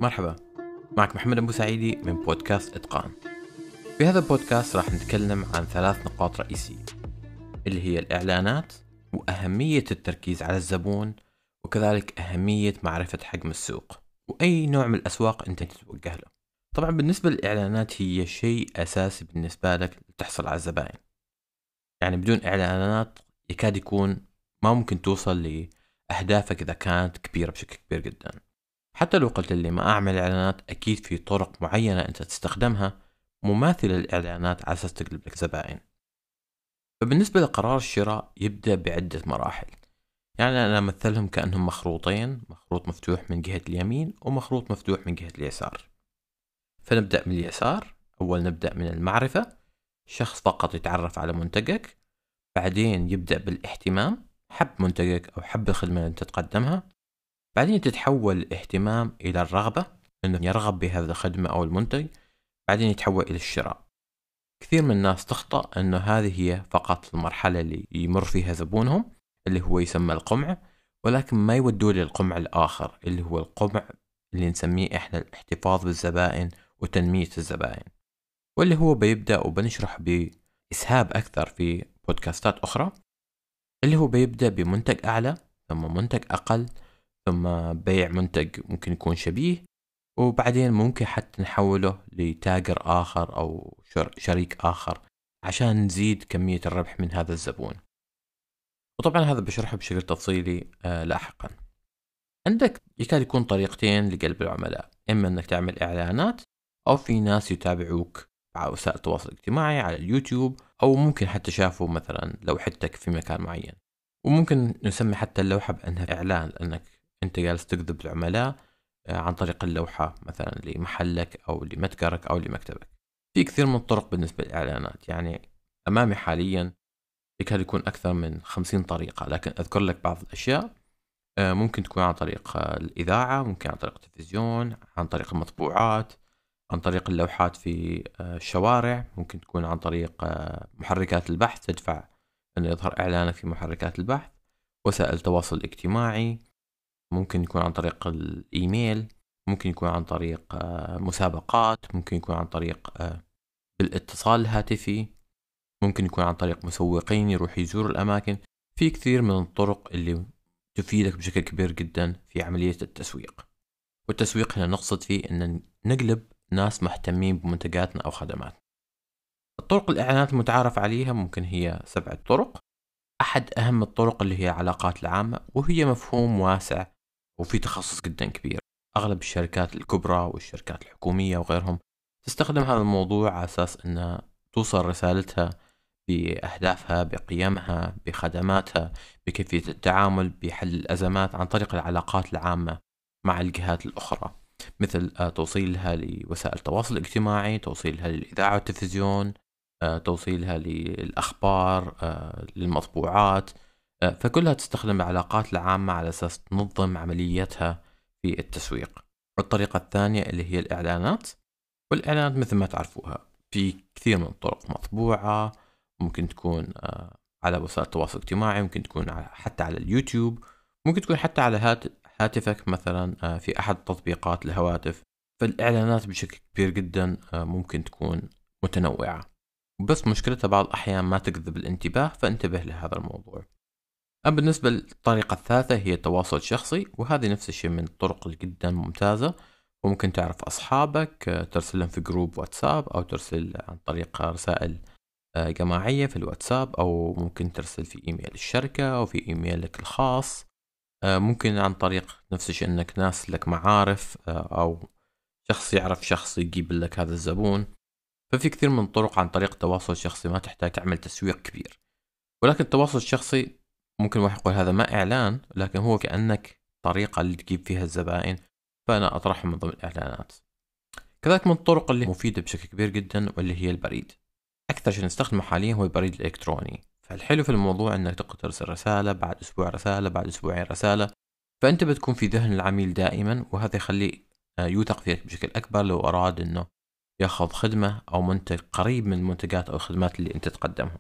مرحبا، معك محمد أبو سعيدي من بودكاست إتقان. في هذا البودكاست راح نتكلم عن 3 نقاط رئيسية، اللي هي الإعلانات وأهمية التركيز على الزبون، وكذلك أهمية معرفة حجم السوق وأي نوع من الأسواق أنت تتوجه له. طبعا بالنسبة للإعلانات هي شيء أساسي بالنسبة لك لتحصل على الزبائن. يعني بدون إعلانات يكاد يكون ما ممكن توصل لأهدافك إذا كانت كبيرة بشكل كبير جدا. حتى لو قلت لي ما أعمل إعلانات، أكيد في طرق معينة أنت تستخدمها مماثلة للإعلانات على أساس تجلب لك زبائن. فبالنسبة لقرار الشراء يبدأ بعدة مراحل، يعني أنا أمثلهم كأنهم مخروطين، مخروط مفتوح من جهة اليمين ومخروط مفتوح من جهة اليسار. فنبدأ من اليسار. أول نبدأ من المعرفة، شخص فقط يتعرف على منتجك، بعدين يبدأ بالاهتمام، حب منتجك أو حب الخدمة اللي أنت تقدمها، بعدين تتحول الاهتمام إلى الرغبة، أنه يرغب بهذا الخدمة أو المنتج، بعدين يتحول إلى الشراء. كثير من الناس تخطأ أنه هذه هي فقط المرحلة اللي يمر فيها زبونهم، اللي هو يسمى القمع، ولكن ما يودوا للقمع الآخر اللي هو القمع اللي نسميه إحنا الاحتفاظ بالزبائن وتنمية الزبائن، واللي هو بيبدأ وبنشرح بإسهاب أكثر في بودكاستات أخرى، اللي هو بيبدأ بمنتج أعلى ثم منتج أقل ثم بيع منتج ممكن يكون شبيه، وبعدين ممكن حتى نحوله لتاجر آخر أو شريك آخر عشان نزيد كمية الربح من هذا الزبون. وطبعا هذا بشرحه بشكل تفصيلي لاحقا. عندك يكاد يكون طريقتين لجلب العملاء، إما أنك تعمل إعلانات، أو في ناس يتابعوك على وسائل التواصل الاجتماعي على اليوتيوب، أو ممكن حتى شافوا مثلا لوحتك في مكان معين، وممكن نسمي حتى اللوحة بأنها إعلان، لأنك أنت جالس تجذب العملاء عن طريق اللوحة مثلا لمحلك أو لمتجرك أو لمكتبك. في كثير من الطرق بالنسبة للإعلانات، يعني أمامي حاليا يكاد يكون أكثر من 50 طريقة، لكن أذكر لك بعض الأشياء. ممكن تكون عن طريق الإذاعة، ممكن عن طريق التلفزيون، عن طريق المطبوعات، عن طريق اللوحات في الشوارع، ممكن تكون عن طريق محركات البحث، تدفع أن يظهر إعلانك في محركات البحث، وسائل التواصل الاجتماعي، ممكن يكون عن طريق الإيميل، ممكن يكون عن طريق مسابقات، ممكن يكون عن طريق بالاتصال الهاتفي، ممكن يكون عن طريق مسوقين يروح يزور الأماكن. في كثير من الطرق اللي تفيدك بشكل كبير جدا في عملية التسويق. والتسويق هنا نقصد فيه أن نقلب ناس مهتمين بمنتجاتنا أو خدماتنا. الطرق الإعلانات المتعارف عليها ممكن هي 7 طرق. أحد أهم الطرق اللي هي العلاقات العامة، وهي مفهوم واسع وفي تخصص جدا كبير. أغلب الشركات الكبرى والشركات الحكومية وغيرهم تستخدم هذا الموضوع على أساس أنها توصل رسالتها بأهدافها، بقيمها، بخدماتها، بكيفية التعامل، بحل الأزمات عن طريق العلاقات العامة مع الجهات الأخرى، مثل توصيلها لوسائل التواصل الاجتماعي، توصيلها للإذاعة والتلفزيون، توصيلها للأخبار، للمطبوعات. فكلها تستخدم العلاقات العامة على أساس تنظم عمليتها في التسويق. الطريقة الثانية اللي هي الإعلانات. والإعلانات مثل ما تعرفوها في كثير من الطرق، مطبوعة، ممكن تكون على وسائل التواصل الاجتماعي، ممكن تكون حتى على اليوتيوب، ممكن تكون حتى على هاتفك مثلا في أحد تطبيقات الهواتف. فالإعلانات بشكل كبير جدا ممكن تكون متنوعة، بس مشكلتها بعض الأحيان ما تجذب الانتباه، فانتبه لهذا الموضوع. أما بالنسبة للطريقة الثالثة هي التواصل الشخصي، وهذه نفس الشيء من الطرق اللي جدا ممتازة. وممكن تعرف أصحابك، ترسلهم في جروب واتساب، أو ترسل عن طريق رسائل جماعية في الواتساب، أو ممكن ترسل في إيميل الشركة أو في إيميلك الخاص. ممكن عن طريق نفس الشيء أنك ناس لك معارف، أو شخص يعرف شخص يجيب لك هذا الزبون. ففي كثير من الطرق عن طريق التواصل الشخصي، ما تحتاج تعمل تسويق كبير. ولكن التواصل الشخصي ممكن واحد يقول هذا ما إعلان، لكن هو كأنك طريقة اللي تجيب فيها الزبائن، فأنا أطرحها من ضمن الإعلانات. كذلك من الطرق اللي مفيدة بشكل كبير جدا واللي هي البريد. أكثر شيء نستخدمه حاليا هو البريد الإلكتروني. فالحلو في الموضوع أنك تقدر ترسل رسالة، بعد أسبوع رسالة، بعد أسبوعين رسالة، فأنت بتكون في ذهن العميل دائما، وهذا يخليه يوثق فيك بشكل أكبر لو أراد أنه يأخذ خدمة أو منتج قريب من المنتجات أو الخدمات اللي أنت تقدمها.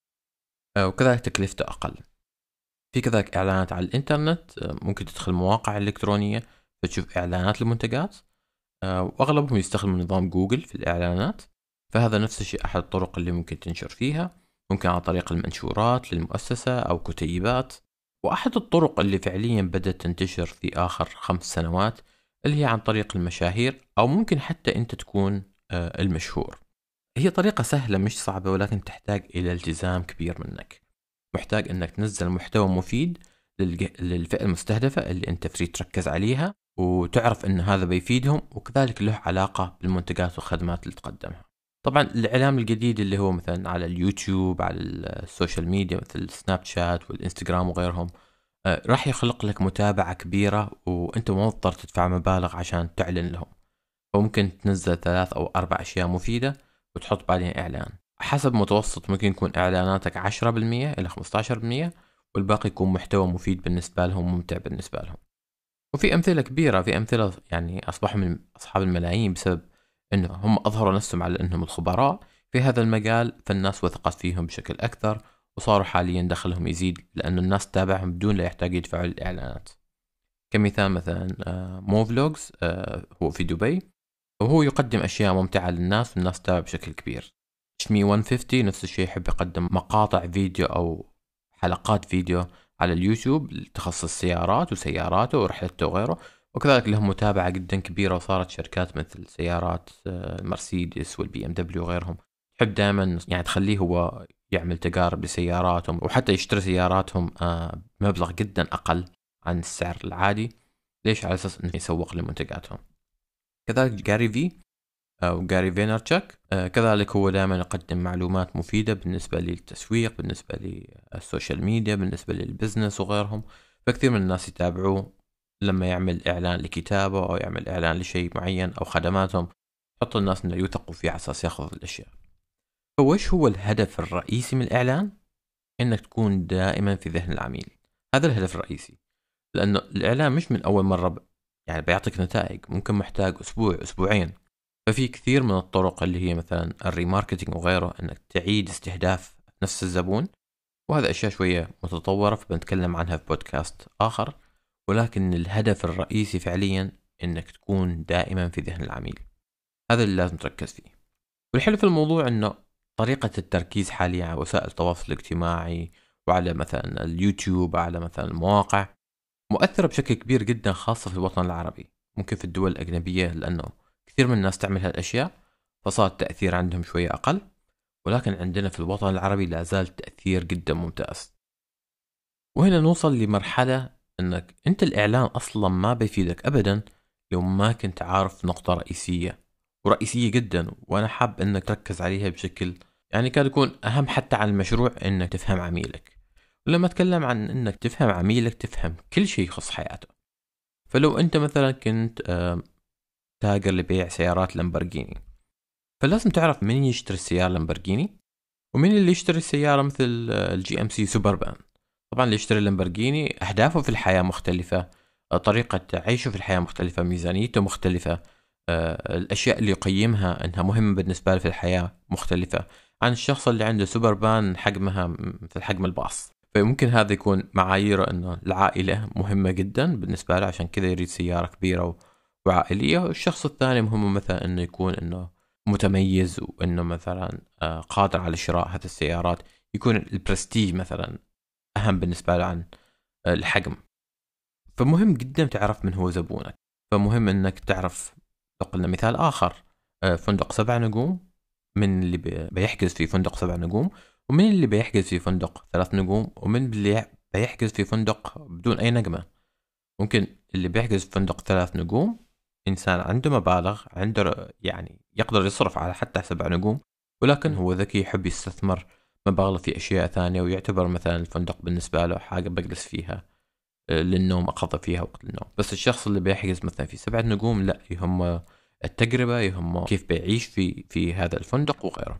وكذلك تكلفته أقل. في كذلك إعلانات على الإنترنت، ممكن تدخل مواقع إلكترونية فتشوف إعلانات للمنتجات. وأغلبهم يستخدموا نظام جوجل في الإعلانات. فهذا نفس الشيء أحد الطرق اللي ممكن تنشر فيها. ممكن عن طريق المنشورات للمؤسسة أو كتيبات. وأحد الطرق اللي فعليا بدأت تنتشر في آخر 5 سنوات اللي هي عن طريق المشاهير، أو ممكن حتى أنت تكون المشهور. هي طريقة سهلة مش صعبة، ولكن تحتاج إلى التزام كبير منك. محتاج أنك تنزل محتوى مفيد للفئة المستهدفة اللي أنت تريد تركز عليها، وتعرف أن هذا بيفيدهم، وكذلك له علاقة بالمنتجات والخدمات اللي تقدمها. طبعا الإعلام الجديد اللي هو مثلا على اليوتيوب، على السوشيال ميديا مثل السناب شات والإنستغرام وغيرهم، راح يخلق لك متابعة كبيرة، وأنت مو مضطر تدفع مبالغ عشان تعلن لهم. فممكن تنزل 3 أو 4 أشياء مفيدة وتحط بعدين إعلان. حسب متوسط ممكن يكون إعلاناتك 10% إلى 15%، والباقي يكون محتوى مفيد بالنسبة لهم، ممتع بالنسبة لهم. وفي أمثلة كبيرة، في أمثلة يعني أصبحوا من أصحاب الملايين بسبب أنه هم أظهروا نفسهم على أنهم الخبراء في هذا المجال، فالناس وثقت فيهم بشكل أكثر، وصاروا حاليا دخلهم يزيد لأنه الناس تتابعهم بدون لا يحتاج يدفعوا الإعلانات. كمثال مثلا موفلوجز، هو في دبي، وهو يقدم أشياء ممتعة للناس والناس تتابع بشكل كبير. شمي 150 نفس الشيء، يحب يقدم مقاطع فيديو أو حلقات فيديو على اليوتيوب تخصص السيارات وسياراته ورحلته وغيره، وكذلك لهم متابعة جدا كبيرة، وصارت شركات مثل سيارات المرسيدس والبي ام دبليو وغيرهم تحب دائما يعني تخليه هو يعمل تجارب لسياراتهم، وحتى يشتري سياراتهم بمبلغ جدا أقل عن السعر العادي. ليش؟ على أساس أنه يسوق لمنتجاتهم. كذلك جاري في أو جاري فينرتشك، كذلك هو دائما يقدم معلومات مفيدة بالنسبة للتسويق، بالنسبة للسوشيال ميديا، بالنسبة للبزنس وغيرهم. فكثير من الناس يتابعوه لما يعمل إعلان لكتابه أو يعمل إعلان لشيء معين أو خدماتهم، يحط الناس إنه يثقوا فيه على أساس يأخذ الأشياء. فوش هو الهدف الرئيسي من الإعلان؟ إنك تكون دائما في ذهن العميل. هذا الهدف الرئيسي، لأنه الإعلان مش من أول مرة يعني بيعطيك نتائج، ممكن محتاج أسبوع أسبوعين. ففي كثير من الطرق اللي هي مثلا الريماركتينج وغيره، انك تعيد استهداف نفس الزبون، وهذا اشياء شوية متطورة فبنتكلم عنها في بودكاست اخر. ولكن الهدف الرئيسي فعليا انك تكون دائما في ذهن العميل، هذا اللي لازم تركز فيه. والحلو في الموضوع انه طريقة التركيز حاليا على وسائل التواصل الاجتماعي وعلى مثلا اليوتيوب وعلى مثلا المواقع مؤثرة بشكل كبير جدا، خاصة في الوطن العربي. ممكن في الدول الأجنبية لأنه كثير من الناس تعمل هالأشياء فصار التأثير عندهم شوية أقل، ولكن عندنا في الوطن العربي لا زال التأثير جدا ممتاز. وهنا نوصل لمرحلة أنك أنت الإعلان أصلا ما بيفيدك أبدا لو ما كنت عارف نقطة رئيسية ورئيسية جدا، وأنا حاب أنك تركز عليها بشكل يعني كان يكون أهم حتى عن المشروع، أنك تفهم عميلك. ولما أتكلم عن أنك تفهم عميلك، تفهم كل شيء يخص حياته. فلو أنت مثلا كنت تاجر لبيع سيارات لامبرجيني، فلازم تعرف مين يشتري السيارة لامبرجيني ومين اللي يشتري السيارة مثل الجي ام سي سوبربان. طبعا اللي يشتري لامبرجيني أهدافه في الحياة مختلفة، طريقة عيشه في الحياة مختلفة، ميزانيته مختلفة، الأشياء اللي يقيمها أنها مهمة بالنسبة له في الحياة مختلفة عن الشخص اللي عنده سوبربان حجمها مثل حجم الباص. فممكن هذا يكون معاييره أنه العائلة مهمة جدا بالنسبة له، عشان كذا يريد سيارة كبيرة وعائلية. والشخص الثاني مهم مثلا أنه يكون أنه متميز، وأنه مثلا قادر على شراء هذه السيارات، يكون البرستيج مثلا أهم بالنسبة له عن الحجم. فمهم جدا تعرف من هو زبونك. فمهم أنك تعرف، لو قلنا مثال آخر، فندق 7 نجوم، من اللي بيحجز في فندق 7 نجوم، ومن اللي بيحجز في فندق 3 نجوم، ومن اللي بيحجز في فندق بدون أي نجمة. ممكن اللي بيحجز في فندق 3 نجوم إنسان عنده مبالغ، عنده يعني يقدر يصرف على حتى 7 نجوم، ولكن هو ذكي يحب يستثمر مبالغ في أشياء ثانية، ويعتبر مثلا الفندق بالنسبة له حاجة بجلس فيها للنوم، أقضي فيها وقت النوم. بس الشخص اللي بيحجز مثلا في 7 نجوم لا، يهم التجربة، يهم كيف بيعيش في هذا الفندق وغيره.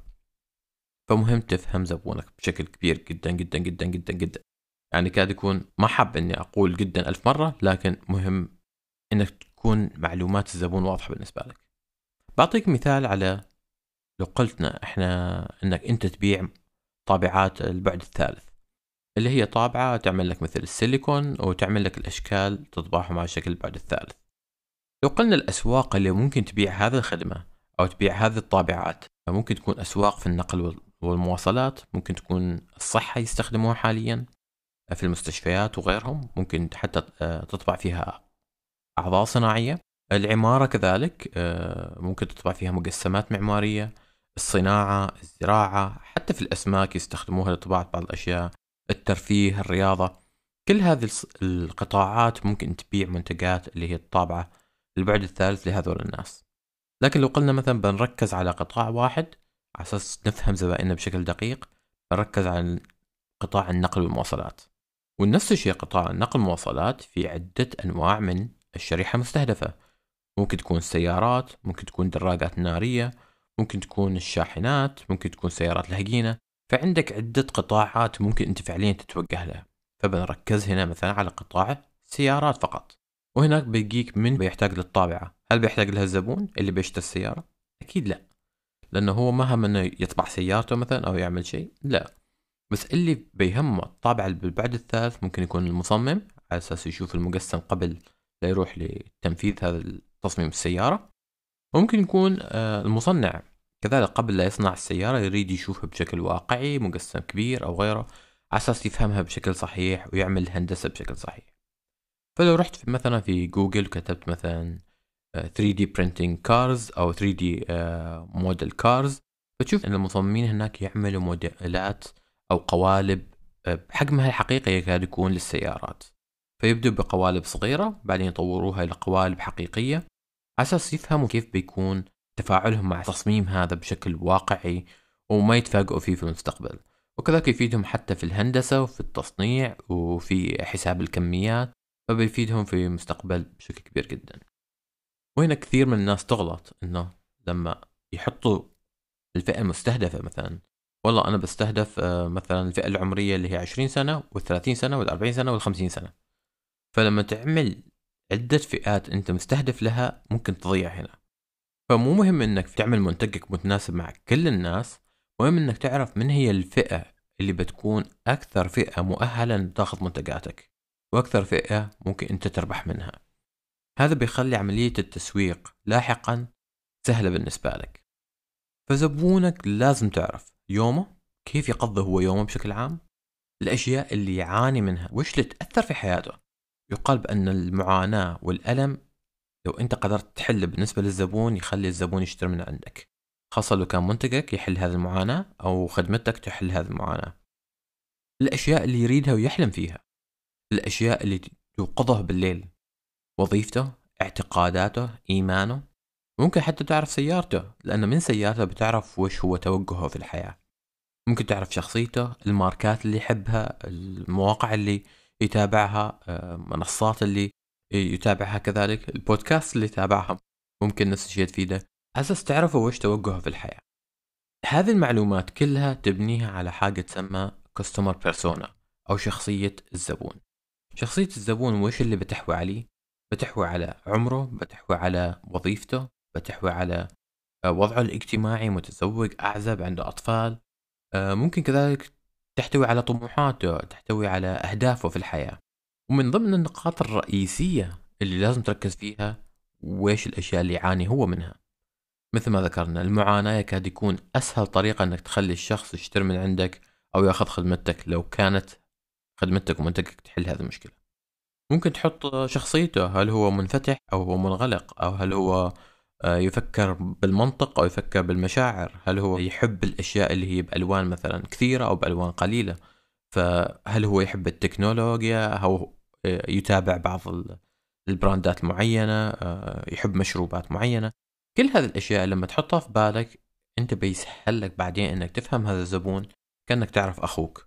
فمهم تفهم زبونك بشكل كبير جدا جدا جدا جدا جدا. يعني كاد يكون ما حاب اني اقول جدا 1000 مرة، لكن مهم انك تكون معلومات الزبون واضحة بالنسبة لك. بعطيك مثال على لو قلتنا احنا انك انت تبيع طابعات البعد الثالث، اللي هي طابعة تعمل لك مثل السيليكون وتعمل لك الاشكال تطبعهم على شكل البعد الثالث. لو قلنا الأسواق اللي ممكن تبيع هذه الخدمة أو تبيع هذه الطابعات، ممكن تكون أسواق في النقل والمواصلات، ممكن تكون الصحة يستخدموها حاليا في المستشفيات وغيرهم، ممكن حتى تطبع فيها أعضاء صناعية. العمارة كذلك ممكن تطبع فيها مجسمات معمارية. الصناعة، الزراعة، حتى في الأسماك يستخدموها لطباعة بعض الأشياء. الترفيه، الرياضة، كل هذه القطاعات ممكن تبيع منتجات اللي هي الطابعة البعد الثالث لهذول الناس. لكن لو قلنا مثلا بنركز على قطاع واحد على أساس نفهم زبائننا بشكل دقيق، بنركز على قطاع النقل والمواصلات. ونفس الشيء قطاع النقل والمواصلات في عدة أنواع من الشريحة المستهدفة. ممكن تكون السيارات، ممكن تكون دراجات نارية، ممكن تكون الشاحنات، ممكن تكون سيارات الهجينة. فعندك عدة قطاعات ممكن أنت فعليا تتوجه لها. فبنركز هنا مثلا على قطاع السيارات فقط. وهناك بيجيك من بيحتاج للطابعة. هل بيحتاج لها الزبون اللي بيشتري السيارة؟ أكيد لا، لأنه هو ما هم أنه يطبع سيارته مثلا أو يعمل شيء، لا. بس اللي بيهمه الطابع بالبعد الثالث ممكن يكون المصمم، على أساس يشوف المجسم قبل لا يروح لتنفيذ هذا تصميم السيارة. ممكن يكون المصنع كذلك قبل لا يصنع السيارة يريد يشوفها بشكل واقعي، مجسم كبير أو غيره، على أساس يفهمها بشكل صحيح ويعمل الهندسة بشكل صحيح. فلو رحت مثلا في جوجل وكتبت مثلا 3D printing cars أو 3D model cars، بتشوف أن المصممين هناك يعملوا موديلات أو قوالب بحجمها الحقيقي يكاد يكون للسيارات. فيبدأوا بقوالب صغيرة، بعدين يطوروها إلى قوالب حقيقية، على أساس يفهموا كيف بيكون تفاعلهم مع التصميم هذا بشكل واقعي وما يتفاجئوا فيه في المستقبل. وكذلك يفيدهم حتى في الهندسة وفي التصنيع وفي حساب الكميات، فبيفيدهم في المستقبل بشكل كبير جدا. وهنا كثير من الناس تغلط إنه لما يحطوا الفئة المستهدفة مثلا، والله أنا بستهدف مثلا الفئة العمرية اللي هي 20 سنة وال30 سنة وال40 سنة وال50 سنة. فلما تعمل عدة فئات أنت مستهدف لها ممكن تضيع هنا. فمو مهم إنك تعمل منتجك متناسب مع كل الناس، مهم إنك تعرف من هي الفئة اللي بتكون أكثر فئة مؤهلة تاخذ منتجاتك، وأكثر فئة ممكن أنت تربح منها. هذا بيخلي عملية التسويق لاحقا سهلة بالنسبة لك. فزبونك لازم تعرف يومه كيف يقضي هو يومه بشكل عام، الأشياء اللي يعاني منها وإيش اللي تأثر في حياته. يقال بأن المعاناة والألم لو أنت قدرت تحل بالنسبة للزبون يخلي الزبون يشتري من عندك، خاصة لو كان منتجك يحل هذه المعاناة أو خدمتك تحل هذه المعاناة. الأشياء اللي يريدها ويحلم فيها، الأشياء اللي توقظه بالليل، وظيفته، اعتقاداته، إيمانه. ممكن حتى تعرف سيارته، لأن من سيارته بتعرف وش هو توجهه في الحياة. ممكن تعرف شخصيته، الماركات اللي يحبها، المواقع اللي يتابعها، منصات اللي يتابعها، كذلك البودكاست اللي يتابعها ممكن نفس الشيء تفيده، على أساس تعرفه وش توجهه في الحياة. هذه المعلومات كلها تبنيها على حاجة تسمى customer persona أو شخصية الزبون. شخصية الزبون وش اللي بتحوي عليه؟ بتحوي على عمره، بتحوي على وظيفته، بتحوي على وضعه الاجتماعي، متزوج، أعزب، عنده أطفال. ممكن كذلك تحتوي على طموحاته، تحتوي على أهدافه في الحياة. ومن ضمن النقاط الرئيسية اللي لازم تركز فيها وإيش الأشياء اللي يعاني هو منها. مثل ما ذكرنا، المعاناة يكاد يكون أسهل طريقة أنك تخلي الشخص يشتري من عندك أو يأخذ خدمتك لو كانت خدمتك ومنتجك تحل هذه المشكلة. ممكن تحط شخصيته، هل هو منفتح أو هو منغلق، أو هل هو يفكر بالمنطق أو يفكر بالمشاعر، هل هو يحب الأشياء اللي هي بألوان مثلا كثيرة أو بألوان قليلة، فهل هو يحب التكنولوجيا أو يتابع بعض البراندات المعينة، يحب مشروبات معينة. كل هذه الأشياء لما تحطها في بالك أنت بيسهل لك بعدين أنك تفهم هذا الزبون كأنك تعرف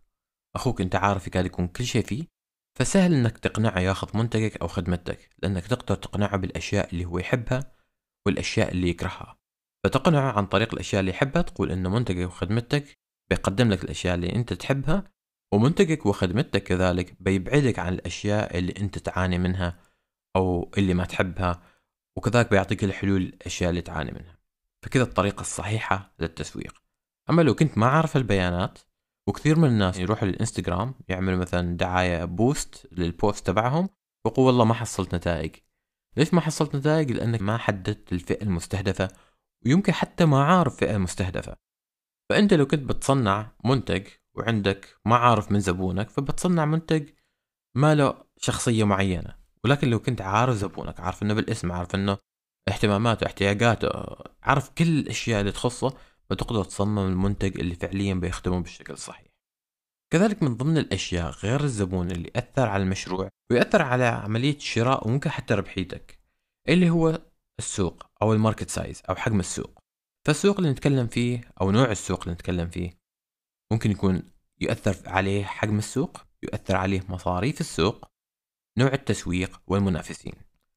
أخوك أنت عارف يكاد يكون كل شيء فيه. فسهل أنك تقنعه ياخذ منتجك أو خدمتك، لأنك تقدر تقنعه بالأشياء اللي هو يحبها والأشياء اللي يكرهها. فتقنعه عن طريق الأشياء اللي يحبها، تقول إنه منتجك وخدمتك بيقدم لك الأشياء اللي أنت تحبها، ومنتجك وخدمتك كذلك بيبعدك عن الأشياء اللي أنت تعاني منها أو اللي ما تحبها، وكذلك بيعطيك الحلول الأشياء اللي تعاني منها. فكذا الطريقة الصحيحة للتسويق. أما لو كنت ما عارف البيانات، وكثير من الناس يروحوا للإنستغرام يعملوا مثلا دعاية بوست للبوست تبعهم ويقول والله ما حصلت نتائج. ليش ما حصلت نتائج؟ لأنك ما حددت الفئة المستهدفة، ويمكن حتى ما عارف فئة مستهدفة. فأنت لو كنت بتصنع منتج وعندك ما عارف من زبونك، فبتصنع منتج ما له شخصية معينة. ولكن لو كنت عارف زبونك، عارف انه بالاسم، عارف انه اهتماماته، احتياجاته، عارف كل الاشياء اللي تخصه، فتقدر تصمم المنتج اللي فعليا بيخدمه بالشكل الصحيح. كذلك من ضمن الاشياء غير الزبون اللي يأثر على المشروع ويأثر على عملية الشراء وممكن حتى ربحيتك، اللي هو السوق او الماركت سايز او حجم السوق. فالسوق اللي نتكلم فيه او نوع السوق اللي نتكلم فيه ممكن يكون يؤثر عليه حجم السوق، يؤثر عليه مصاريف السوق، نوع التسويق، والمنافسين.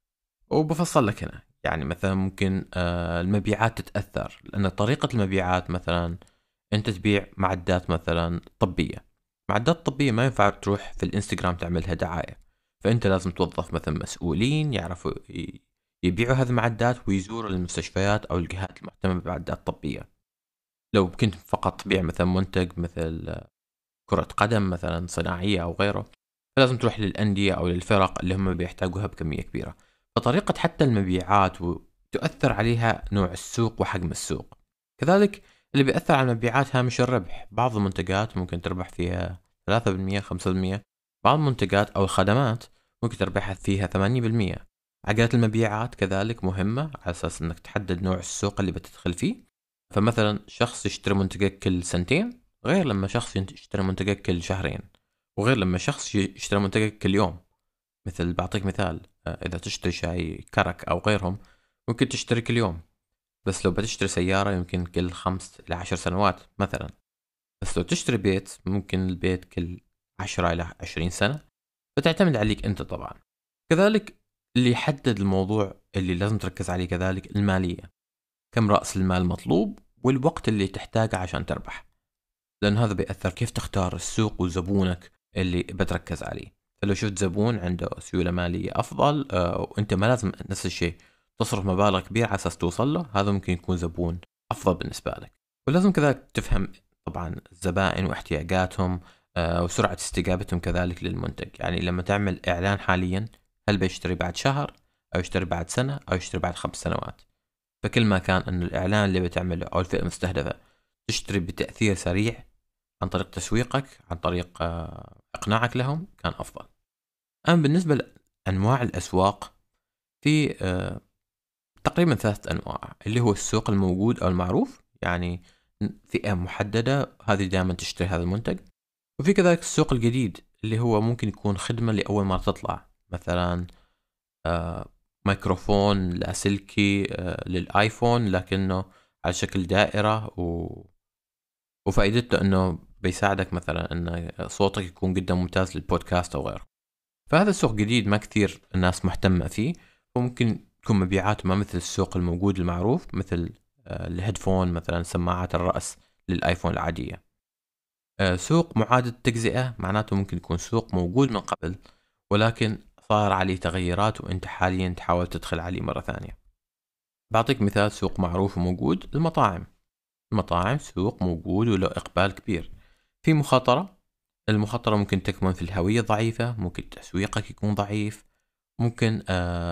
وبفصل لك هنا، يعني مثلا ممكن المبيعات تتأثر، لأن طريقة المبيعات مثلا أنت تبيع معدات مثلا طبية. معدات طبية ما ينفع تروح في الانستغرام تعملها دعاية، فأنت لازم توظف مثلا مسؤولين يعرفوا يبيعوا هذه المعدات ويزوروا المستشفيات أو الجهات المهتمة بمعدات طبية. لو كنت فقط تبيع مثلا منتج مثل كرة قدم مثلا صناعية أو غيره، فلازم تروح للأندية أو للفرق اللي هم بيحتاجوها بكمية كبيرة. فطريقة حتى المبيعات تؤثر عليها نوع السوق وحجم السوق. كذلك اللي بيأثر على المبيعات هامش الربح. بعض المنتجات ممكن تربح فيها 3%، 5%. بعض المنتجات أو الخدمات ممكن تربح فيها 8%. عجلة المبيعات كذلك مهمة على أساس أنك تحدد نوع السوق اللي بتدخل فيه. فمثلا شخص يشتري منتجك كل سنتين غير لما شخص يشتري منتجك كل شهرين، وغير لما شخص يشتري منتجك كل يوم. مثل بعطيك مثال، إذا تشتري شاي كرك أو غيرهم ممكن تشتري كل يوم، بس لو بتشتري سيارة يمكن كل 5 إلى 10 سنوات مثلا. بس لو تشتري بيت ممكن البيت كل 10 إلى 20 سنة. فتعتمد عليك أنت طبعا. كذلك اللي يحدد الموضوع اللي لازم تركز عليه كذلك المالية. كم رأس المال المطلوب والوقت اللي تحتاجه عشان تربح، لأن هذا بيأثر كيف تختار السوق وزبونك اللي بتركز عليه. فلو شفت زبون عنده سيولة مالية أفضل وأنت ما لازم نفس الشيء تصرف مبالغ كبيرة على أساس توصل له، هذا ممكن يكون زبون أفضل بالنسبة لك. ولازم كذلك تفهم طبعا الزبائن واحتياجاتهم وسرعة استجابتهم كذلك للمنتج. يعني لما تعمل إعلان حاليا، هل بيشتري بعد شهر أو يشتري بعد سنة أو يشتري بعد 5 سنوات؟ فكل ما كان أن الإعلان اللي بتعمله أو الفئة المستهدفة تشتري بتأثير سريع عن طريق تسويقك، عن طريق إقناعك لهم، كان أفضل. أما بالنسبة لأنواع الأسواق، في تقريبا 3 أنواع، اللي هو السوق الموجود أو المعروف، يعني فئة محددة هذه دائما تشتري هذا المنتج. وفي كذلك السوق الجديد اللي هو ممكن يكون خدمة لأول مرة تطلع، مثلا ميكروفون لاسلكي للآيفون لكنه على شكل دائرة وفائدته أنه بيساعدك مثلا أن صوتك يكون جدا ممتاز للبودكاست أو غيره. فهذا سوق جديد ما كثير الناس مهتمة فيه، وممكن تكون مبيعاته ما مثل السوق الموجود المعروف، مثل الهيدفون مثلا، سماعات الرأس للآيفون العادية. سوق معادة تجزئة معناته ممكن يكون سوق موجود من قبل ولكن صار عليه تغيرات وانت حاليا تحاول تدخل عليه مرة ثانية. بعطيك مثال سوق معروف وموجود، المطاعم سوق موجود وله إقبال كبير. في مخاطرة، المخاطرة ممكن تكمن في الهوية ضعيفة، ممكن تسويقك يكون ضعيف، ممكن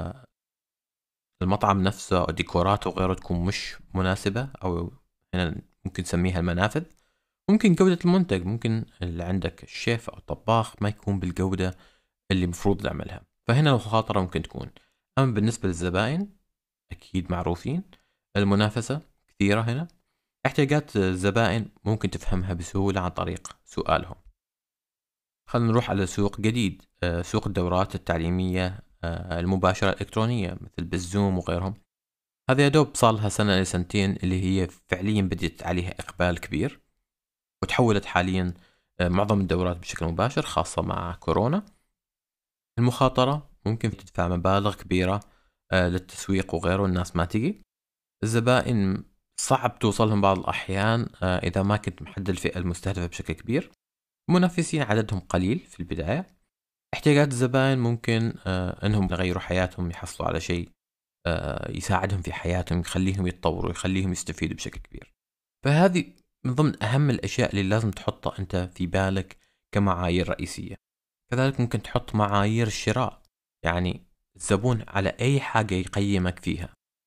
المطعم نفسه أو ديكوراته وغيره تكون مش مناسبة، أو هنا ممكن نسميها المنافذ. ممكن جودة المنتج، ممكن اللي عندك الشيف أو الطباخ ما يكون بالجودة اللي مفروض نعملها، فهنا المخاطرة ممكن تكون. أما بالنسبة للزبائن أكيد معروفين، المنافسة كثيرة هنا. احتياجات الزبائن ممكن تفهمها بسهولة عن طريق سؤالهم. خلينا نروح على سوق جديد، سوق الدورات التعليمية المباشرة الإلكترونية مثل بالزوم وغيرهم. هذا يدوب صار لها سنة إلى سنتين اللي هي فعليا بدأت عليها إقبال كبير، وتحولت حاليا معظم الدورات بشكل مباشر خاصة مع كورونا. المخاطرة ممكن تدفع مبالغ كبيرة للتسويق وغيره، الناس ما تجي. الزبائن صعب توصلهم بعض الأحيان إذا ما كنت محدد الفئة المستهدفة بشكل كبير. منافسين عددهم قليل في البداية. احتياجات الزبائن ممكن أنهم يغيروا حياتهم، يحصلوا على شيء يساعدهم في حياتهم، يخليهم يتطوروا، يخليهم يستفيدوا بشكل كبير. فهذه من ضمن أهم الأشياء اللي لازم تحطها أنت في بالك كمعايير رئيسية. كذلك ممكن تحط معايير الشراء، يعني الزبون على أي حاجة يقيمك فيها.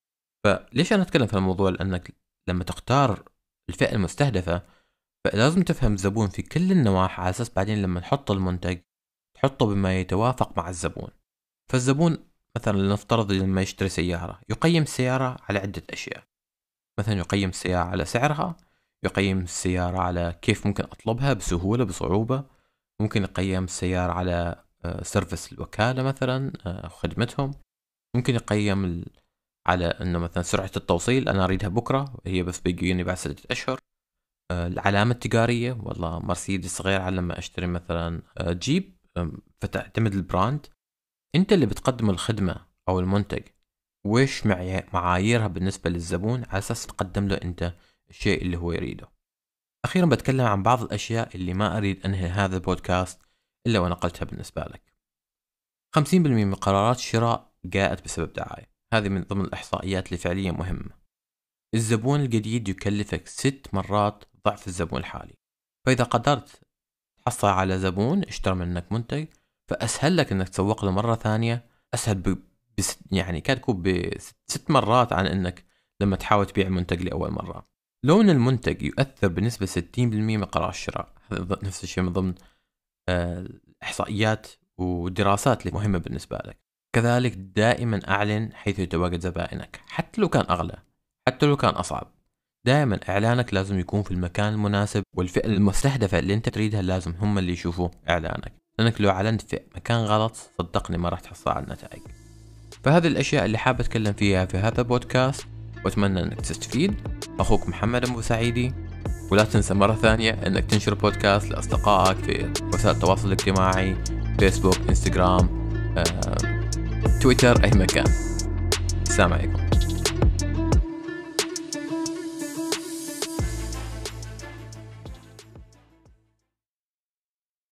فليش أنا أتكلم في الموضوع؟ لأنك لما تختار الفئة المستهدفة فلازم تفهم الزبون في كل النواحي، على أساس بعدين لما تحط المنتج تحطه بما يتوافق مع الزبون. فالزبون مثلا لنفترض لما يشتري سيارة يقيم السيارة على عدة أشياء، مثلا يقيم السيارة على سعرها، يقيم السيارة على كيف ممكن أطلبها بسهولة بصعوبة، ممكن يقيم السيارة على سيرفيس الوكالة مثلا خدمتهم، ممكن يقيم على أنه مثلا سرعة التوصيل أنا أريدها بكرة هي بس بيجيني بعد 6 أشهر، العلامة التجارية والله مرسيدس غير على لما أشتري مثلا جيب، فتعتمد البراند. أنت اللي بتقدم الخدمة أو المنتج ويش معاييرها بالنسبة للزبون على أساس تقدم له أنت الشيء اللي هو يريده. أخيرا بتكلم عن بعض الأشياء اللي ما أريد أنهي هذا البودكاست إلا ونقلتها بالنسبة لك. 50% من قرارات الشراء جاءت بسبب دعاية، هذه من ضمن الإحصائيات اللي فعليا مهمة. الزبون الجديد يكلفك 6 مرات ضعف الزبون الحالي، فإذا قدرت تحصل على زبون اشترى منك منتج فأسهل لك أنك تسوق له مرة ثانية، أسهل يعني كاد تكون ب6 مرات عن أنك لما تحاول تبيع منتج لأول مرة. لو أن المنتج يؤثر بنسبة 60% من قرار الشراء، هذا نفس الشيء من ضمن الإحصائيات والدراسات اللي مهمة بالنسبة لك. كذلك دائما أعلن حيث يتواجد زبائنك، حتى لو كان أغلى، حتى لو كان أصعب، دائما إعلانك لازم يكون في المكان المناسب، والفئة المستهدفة اللي أنت تريدها لازم هم اللي يشوفوا إعلانك، لأنك لو أعلنت في مكان غلط صدقني ما راح تحصل على النتائج. فهذه الأشياء اللي حابة أتكلم فيها في هذا البودكاست، وأتمنى أنك تستفيد. أخوك محمد أبو سعيدي، ولا تنسى مرة ثانية أنك تنشر بودكاست لأصدقائك في وسائل التواصل الاجتماعي، فيسبوك، إنستغرام، تويتر، أي مكان. السلام عليكم.